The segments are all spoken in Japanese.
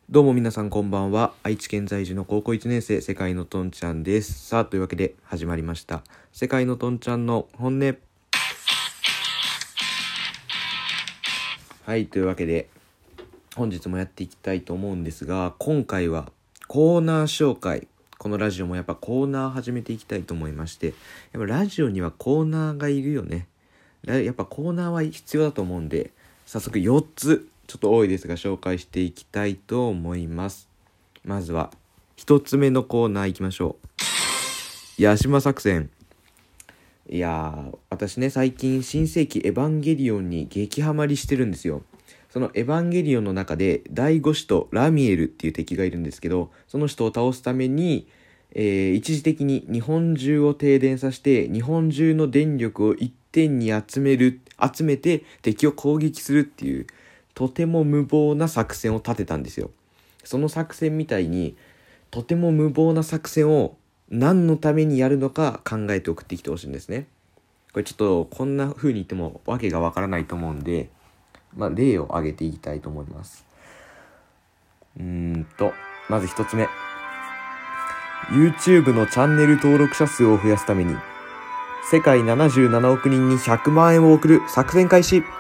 どうも皆さんこんばんは。愛知県在住の高校1年生、世界のとんちゃんです。さあ、というわけで始まりました。世界のとんちゃんの本音。はい、というわけで本日もやっていきたいと思うんですが、今回はコーナー紹介。このラジオもやっぱコーナー始めていきたいと思いまして、やっぱラジオにはコーナーがいるよね。やっぱコーナーは必要だと思うんで、早速4つ、ちょっと多いですが紹介していきたいと思います。まずは1つ目のコーナーいきましょう。ヤシマ作戦。いやー、私ね、最近新世紀エヴァンゲリオンに激ハマりしてるんですよ。そのエヴァンゲリオンの中で第5使徒ラミエルっていう敵がいるんですけど、その人を倒すために、一時的に日本中を停電させて、日本中の電力を一点に集めて敵を攻撃するっていう、とても無謀な作戦を立てたんですよ。その作戦みたいにとても無謀な作戦を何のためにやるのか考えて送ってきてほしいんですね。これちょっとこんな風に言ってもわけがわからないと思うんで、例を挙げていきたいと思います。まず一つ目。YouTube のチャンネル登録者数を増やすために、世界77億人に100万円を送る作戦開始。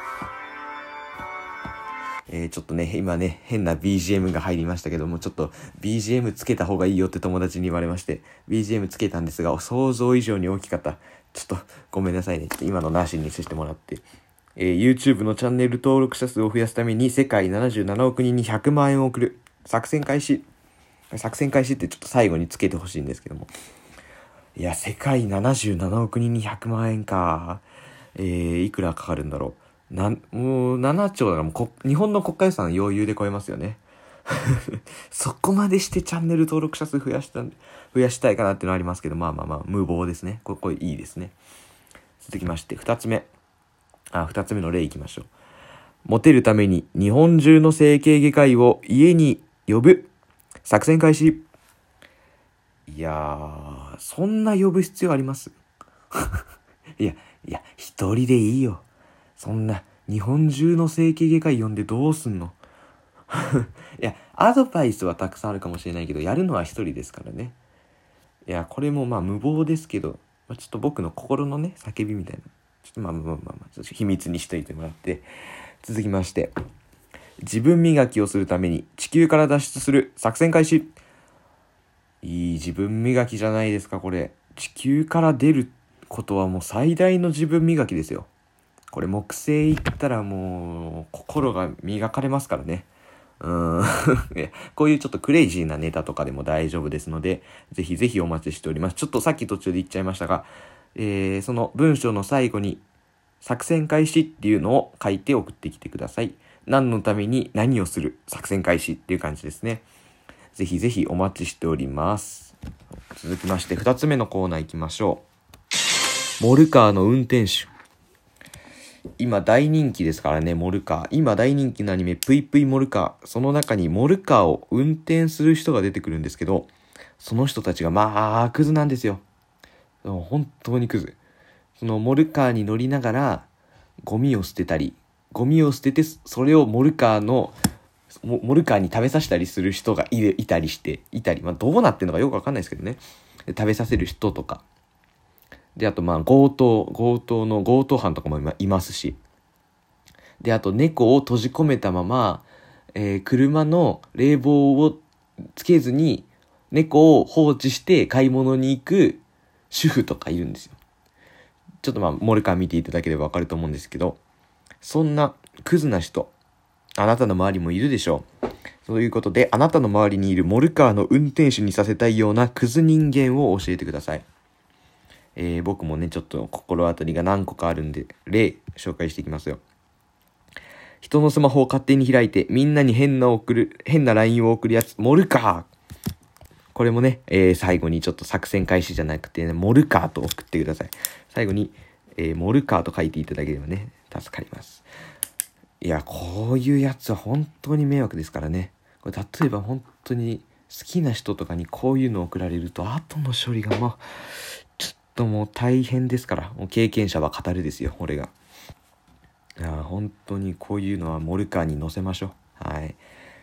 ちょっとね、今ね、変な BGM が入りましたけども、ちょっと BGM つけた方がいいよって友達に言われまして、BGM つけたんですが、想像以上に大きかった。ちょっとごめんなさいね。ちょっと今のなしにしてもらって。YouTube のチャンネル登録者数を増やすために世界77億人に100万円を送る作戦開始。作戦開始ってちょっと最後につけてほしいんですけども。いや、世界77億人に100万円か。いくらかかるんだろう。もう7兆だから日本の国家予算余裕で超えますよね。そこまでしてチャンネル登録者数増やしたいかなっていうのはありますけど、無謀ですね。これいいですね。続きまして、2つ目の例いきましょう。モテるために日本中の整形外科医を家に呼ぶ作戦開始。いやー、そんな呼ぶ必要ありますいや、一人でいいよ。そんな日本中の整形外科医呼んでどうすんのいや、アドバイスはたくさんあるかもしれないけど、やるのは一人ですからね。いや、これも無謀ですけど、ちょっと僕の心のね、叫びみたいな。ちょっとちょっと秘密にしといてもらって。続きまして。自分磨きをするために地球から脱出する作戦開始。いい自分磨きじゃないですか、これ。地球から出ることはもう最大の自分磨きですよ。これ木星行ったらもう心が磨かれますからね。こういうちょっとクレイジーなネタとかでも大丈夫ですので、ぜひぜひお待ちしております。ちょっとさっき途中で言っちゃいましたが、その文章の最後に作戦開始っていうのを書いて送ってきてください。何のために何をする作戦開始っていう感じですね。ぜひぜひお待ちしております。続きまして2つ目のコーナー行きましょう。モルカーの運転手。今大人気ですからね、モルカー。今大人気のアニメ、ぷいぷいモルカー。その中にモルカーを運転する人が出てくるんですけど、その人たちがクズなんですよ。本当にクズ。そのモルカーに乗りながら、ゴミを捨てて、それをモルカーに食べさせたりする人がいたり、どうなってんのかよくわかんないですけどね。食べさせる人とか。で、あと強盗犯とかもいますし。で、あと猫を閉じ込めたまま、車の冷房をつけずに猫を放置して買い物に行く主婦とかいるんですよ。ちょっとモルカー見ていただければわかると思うんですけど、そんなクズな人、あなたの周りもいるでしょう。そういうことで、あなたの周りにいるモルカーの運転手にさせたいようなクズ人間を教えてください。僕もね、ちょっと心当たりが何個かあるんで、例紹介していきますよ。人のスマホを勝手に開いて、みんなに変な LINE を送るやつ、モルカー。これもね、最後にちょっと作戦開始じゃなくて、ね、モルカーと送ってください。最後に、モルカーと書いていただければね、助かります。いや、こういうやつは本当に迷惑ですからね。これ例えば本当に好きな人とかにこういうのを送られると、後の処理がちょっともう大変ですから。もう経験者は語るですよ、俺が。いや、本当にこういうのはモルカーに載せましょう。はい。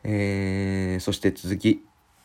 そして続き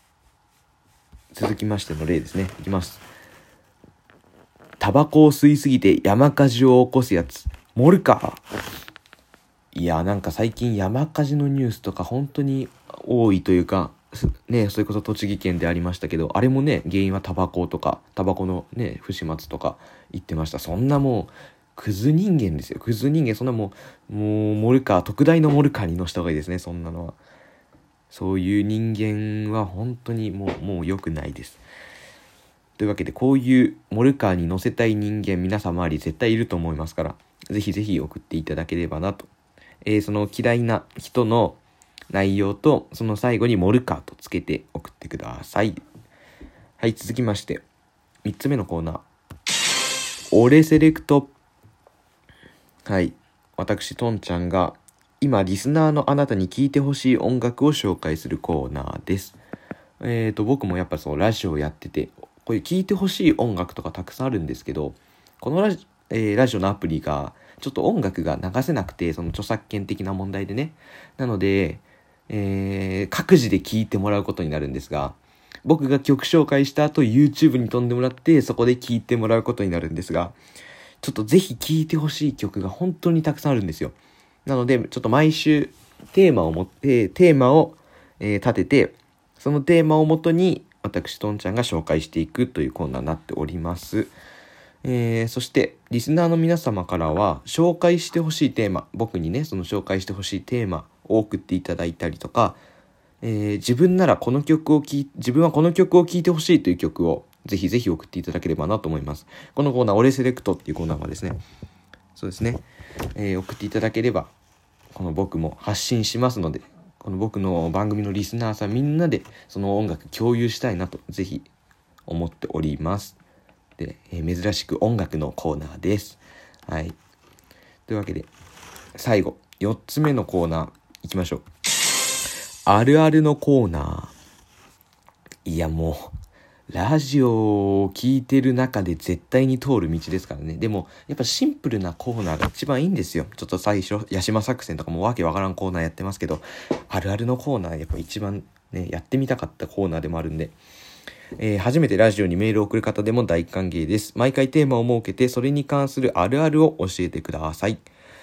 ましての例ですね。いきます。タバコを吸いすぎて山火事を起こすやつ、モルカー。いや、なんか最近山火事のニュースとか本当に多いというか、ね、それこそ栃木県でありましたけど、あれもね、原因はタバコとか、タバコのね、不始末とか言ってました。そんなもう、クズ人間ですよ。クズ人間、そんなもうモルカー、特大のモルカーに乗せた方がいいですね、そんなのは。そういう人間は本当にもう良くないです。というわけで、こういうモルカーに乗せたい人間、皆さん周り絶対いると思いますから、ぜひぜひ送っていただければなと。その嫌いな人の内容と、その最後にモルカーとつけて送ってください。はい、続きまして、3つ目のコーナー。俺セレクト。はい、私、トンちゃんが、今、リスナーのあなたに聴いてほしい音楽を紹介するコーナーです。僕もやっぱそう、ラジオやってて、こういう聴いてほしい音楽とかたくさんあるんですけど、このラジオのアプリが、ちょっと音楽が流せなくて、その著作権的な問題でね。なので、各自で聴いてもらうことになるんですが、僕が曲紹介した後 YouTube に飛んでもらってそこで聴いてもらうことになるんですが、ちょっとぜひ聴いてほしい曲が本当にたくさんあるんですよ。なのでちょっと毎週テーマを立てて、そのテーマをもとに私とんちゃんが紹介していくというコーナーになっております。そしてリスナーの皆様からは紹介してほしいテーマ、僕にねその紹介してほしいテーマを送っていただいたりとか、自分はこの曲を聴いてほしいという曲をぜひぜひ送っていただければなと思います。このコーナー、俺セレクトっていうコーナーはですね、そうですね、送っていただければこの僕も発信しますので、この僕の番組のリスナーさんみんなでその音楽共有したいなとぜひ思っております。で、珍しく音楽のコーナーです。はい。というわけで最後4つ目のコーナーいきましょう。あるあるのコーナー。いやもうラジオを聞いてる中で絶対に通る道ですからね。でもやっぱシンプルなコーナーが一番いいんですよ。ちょっと最初八島作戦とかもわけわからんコーナーやってますけど、あるあるのコーナーやっぱ一番ねやってみたかったコーナーでもあるんで、初めてラジオにメールを送る方でも大歓迎です。毎回テーマを設けてそれに関するあるあるを教えてください。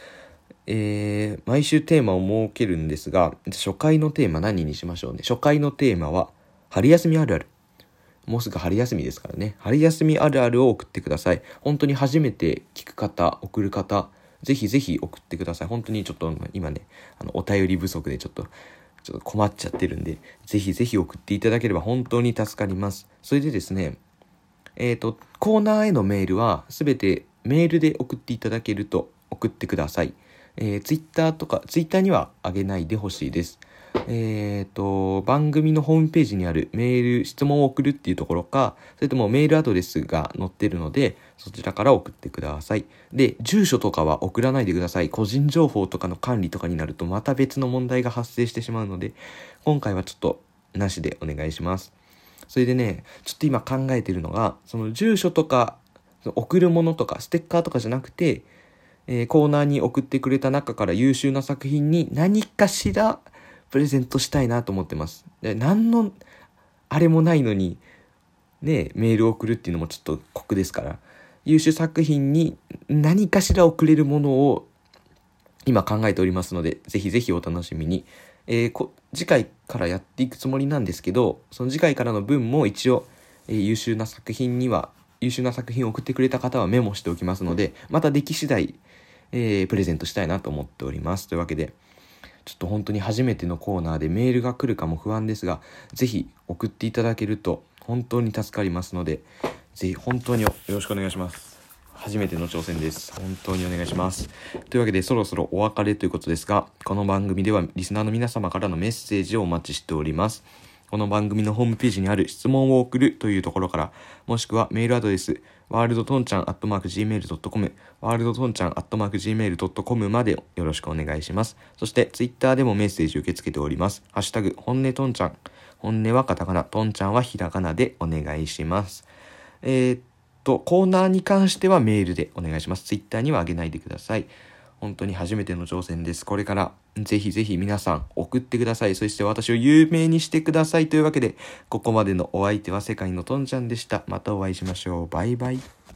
毎週テーマを設けるんですが、初回のテーマ何にしましょうね。初回のテーマは春休みあるある。もうすぐ春休みですからね。春休みあるあるを送ってください。本当に初めて聞く方、送る方、ぜひぜひ送ってください。本当にちょっと今ね、お便り不足でちょっと困っちゃってるんで、ぜひぜひ送っていただければ本当に助かります。それでですね、コーナーへのメールはすべてメールで送っていただけると送ってください。ツイッターには上げないでほしいです。番組のホームページにあるメール、質問を送るっていうところか、それともメールアドレスが載ってるので、そちらから送ってください。で、住所とかは送らないでください。個人情報とかの管理とかになるとまた別の問題が発生してしまうので、今回はちょっとなしでお願いします。それでね、ちょっと今考えてるのが、その住所とか、送るものとか、ステッカーとかじゃなくて、コーナーに送ってくれた中から優秀な作品に何かしらプレゼントしたいなと思ってます。で、何のあれもないのにね、メールを送るっていうのもちょっと酷ですから、優秀作品に何かしら送れるものを今考えておりますので、ぜひぜひお楽しみに。次回からやっていくつもりなんですけど、その次回からの分も一応、優秀な作品を送ってくれた方はメモしておきますので、またでき次第プレゼントしたいなと思っております。というわけで、ちょっと本当に初めてのコーナーでメールが来るかも不安ですが、ぜひ送っていただけると本当に助かりますので、ぜひ本当によろしくお願いします。初めての挑戦です。本当にお願いします。というわけで、そろそろお別れということですが、この番組ではリスナーの皆様からのメッセージをお待ちしております。この番組のホームページにある質問を送るというところから、もしくはメールアドレスworldtonchan@gmail.com worldtonchan@gmail.com までよろしくお願いします。そしてツイッターでもメッセージ受け付けております。ハッシュタグ本音とんちゃん、本音はカタカナ、とんちゃんはひらがなでお願いします。コーナーに関してはメールでお願いします。ツイッターには上げないでください。 本当に初めての挑戦です。これからぜひぜひ皆さん送ってください。そして私を有名にしてください。というわけで、ここまでのお相手は世界のとんちゃんでした。またお会いしましょう。バイバイ。